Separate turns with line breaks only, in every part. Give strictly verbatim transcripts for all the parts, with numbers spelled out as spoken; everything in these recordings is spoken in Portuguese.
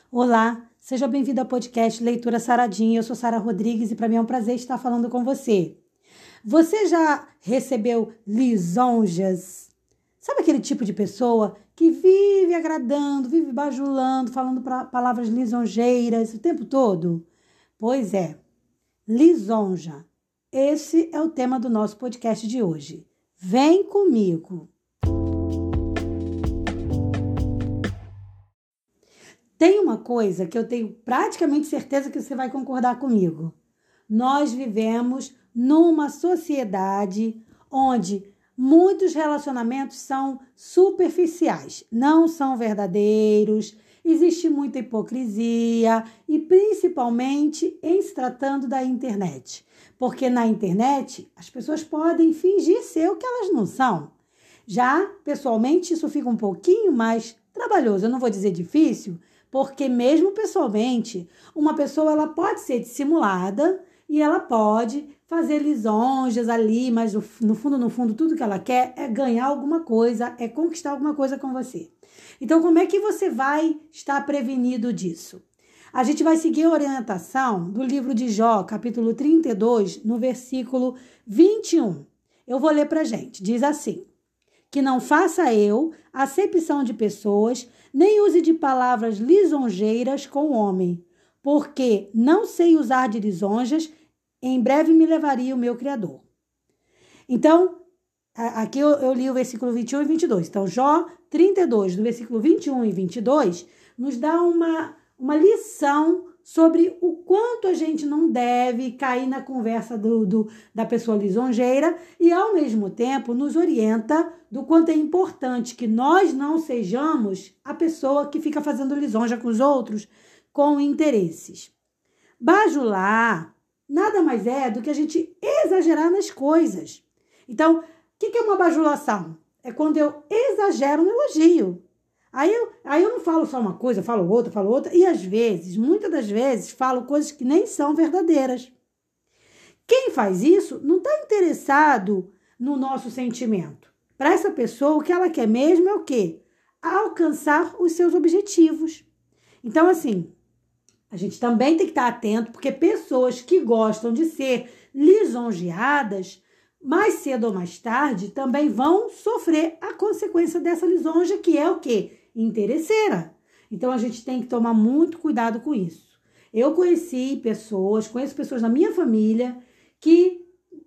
Olá, seja bem-vindo ao podcast Leitura Saradinha. Eu sou Sara Rodrigues e para mim é um prazer estar falando com você. Você já recebeu lisonjas? Sabe aquele tipo de pessoa que vive agradando, vive bajulando, falando pra, palavras lisonjeiras o tempo todo? Pois é, lisonja. Esse é o tema do nosso podcast de hoje. Vem comigo! Tem uma coisa que eu tenho praticamente certeza que você vai concordar comigo. Nós vivemos numa sociedade onde muitos relacionamentos são superficiais, não são verdadeiros, existe muita hipocrisia e principalmente em se tratando da internet. Porque na internet as pessoas podem fingir ser o que elas não são. Já, pessoalmente, isso fica um pouquinho mais trabalhoso, eu não vou dizer difícil, porque mesmo pessoalmente, uma pessoa ela pode ser dissimulada e ela pode fazer lisonjas ali, mas no fundo, no fundo, tudo que ela quer é ganhar alguma coisa, é conquistar alguma coisa com você. Então, como é que você vai estar prevenido disso? A gente vai seguir a orientação do livro de Jó, capítulo trinta e dois, no versículo vinte e um. Eu vou ler pra gente. Diz assim: que não faça eu acepção de pessoas, nem use de palavras lisonjeiras com o homem, porque não sei usar de lisonjas, em breve me levaria o meu Criador. Então, aqui eu, eu li o versículo vinte e um e vinte e dois. Então, Jó trinta e dois, do versículo vinte e um e vinte e dois, nos dá uma, uma lição sobre o quanto a gente não deve cair na conversa do, do, da pessoa lisonjeira e, ao mesmo tempo, nos orienta do quanto é importante que nós não sejamos a pessoa que fica fazendo lisonja com os outros com interesses. Bajular nada mais é do que a gente exagerar nas coisas. Então, o que é uma bajulação? É quando eu exagero no elogio. Aí eu, aí eu não falo só uma coisa, eu falo outra, falo outra, e às vezes, muitas das vezes, falo coisas que nem são verdadeiras. Quem faz isso não está interessado no nosso sentimento. Para essa pessoa, o que ela quer mesmo é o quê? Alcançar os seus objetivos. Então, assim, a gente também tem que estar atento, porque pessoas que gostam de ser lisonjeadas, mais cedo ou mais tarde, também vão sofrer a consequência dessa lisonja, que é o quê? Interesseira. Então, a gente tem que tomar muito cuidado com isso. Eu conheci pessoas, conheço pessoas na minha família que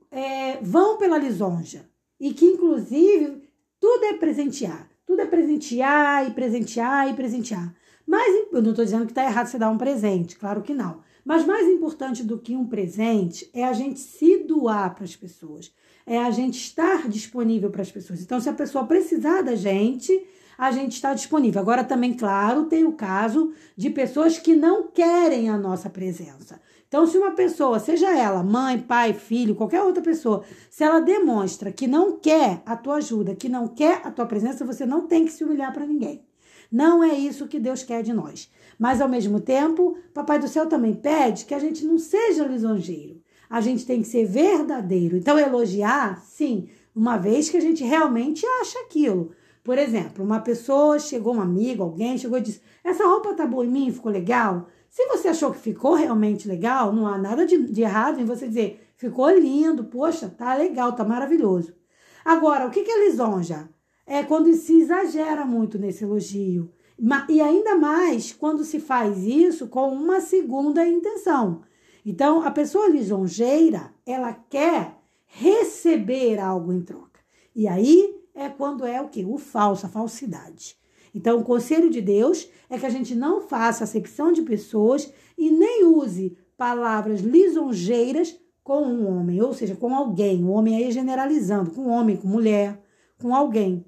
é, vão pela lisonja e que, inclusive, tudo é presentear. Tudo é presentear e presentear e presentear. Mas eu não estou dizendo que está errado você dar um presente, claro que não. Mas mais importante do que um presente é a gente se doar para as pessoas. É a gente estar disponível para as pessoas. Então, se a pessoa precisar da gente, a gente está disponível. Agora, também, claro, tem o caso de pessoas que não querem a nossa presença. Então, se uma pessoa, seja ela mãe, pai, filho, qualquer outra pessoa, se ela demonstra que não quer a tua ajuda, que não quer a tua presença, você não tem que se humilhar para ninguém. Não é isso que Deus quer de nós. Mas, ao mesmo tempo, Papai do Céu também pede que a gente não seja lisonjeiro. A gente tem que ser verdadeiro. Então, elogiar, sim, uma vez que a gente realmente acha aquilo. Por exemplo, uma pessoa chegou, um amigo, alguém chegou e disse: essa roupa tá boa em mim, ficou legal? Se você achou que ficou realmente legal, não há nada de, de errado em você dizer: ficou lindo, poxa, tá legal, tá maravilhoso. Agora, o que é lisonja? É quando se exagera muito nesse elogio. E ainda mais quando se faz isso com uma segunda intenção. Então, a pessoa lisonjeira, ela quer receber algo em troca. E aí é quando é o quê? O falso, a falsidade. Então, o conselho de Deus é que a gente não faça acepção de pessoas e nem use palavras lisonjeiras com um homem, ou seja, com alguém. O homem aí generalizando, com homem, com mulher, com alguém.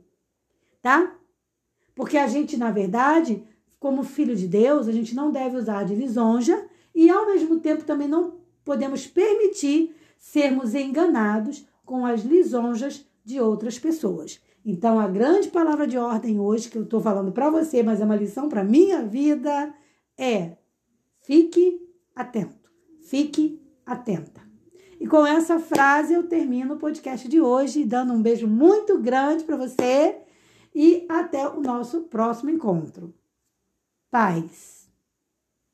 Tá? Porque a gente, na verdade, como filho de Deus, a gente não deve usar de lisonja e, ao mesmo tempo, também não podemos permitir sermos enganados com as lisonjas de outras pessoas. Então, a grande palavra de ordem hoje, que eu estou falando para você, mas é uma lição para a minha vida, é: fique atento, fique atenta. E com essa frase eu termino o podcast de hoje, dando um beijo muito grande para você. E até o nosso próximo encontro. Paz.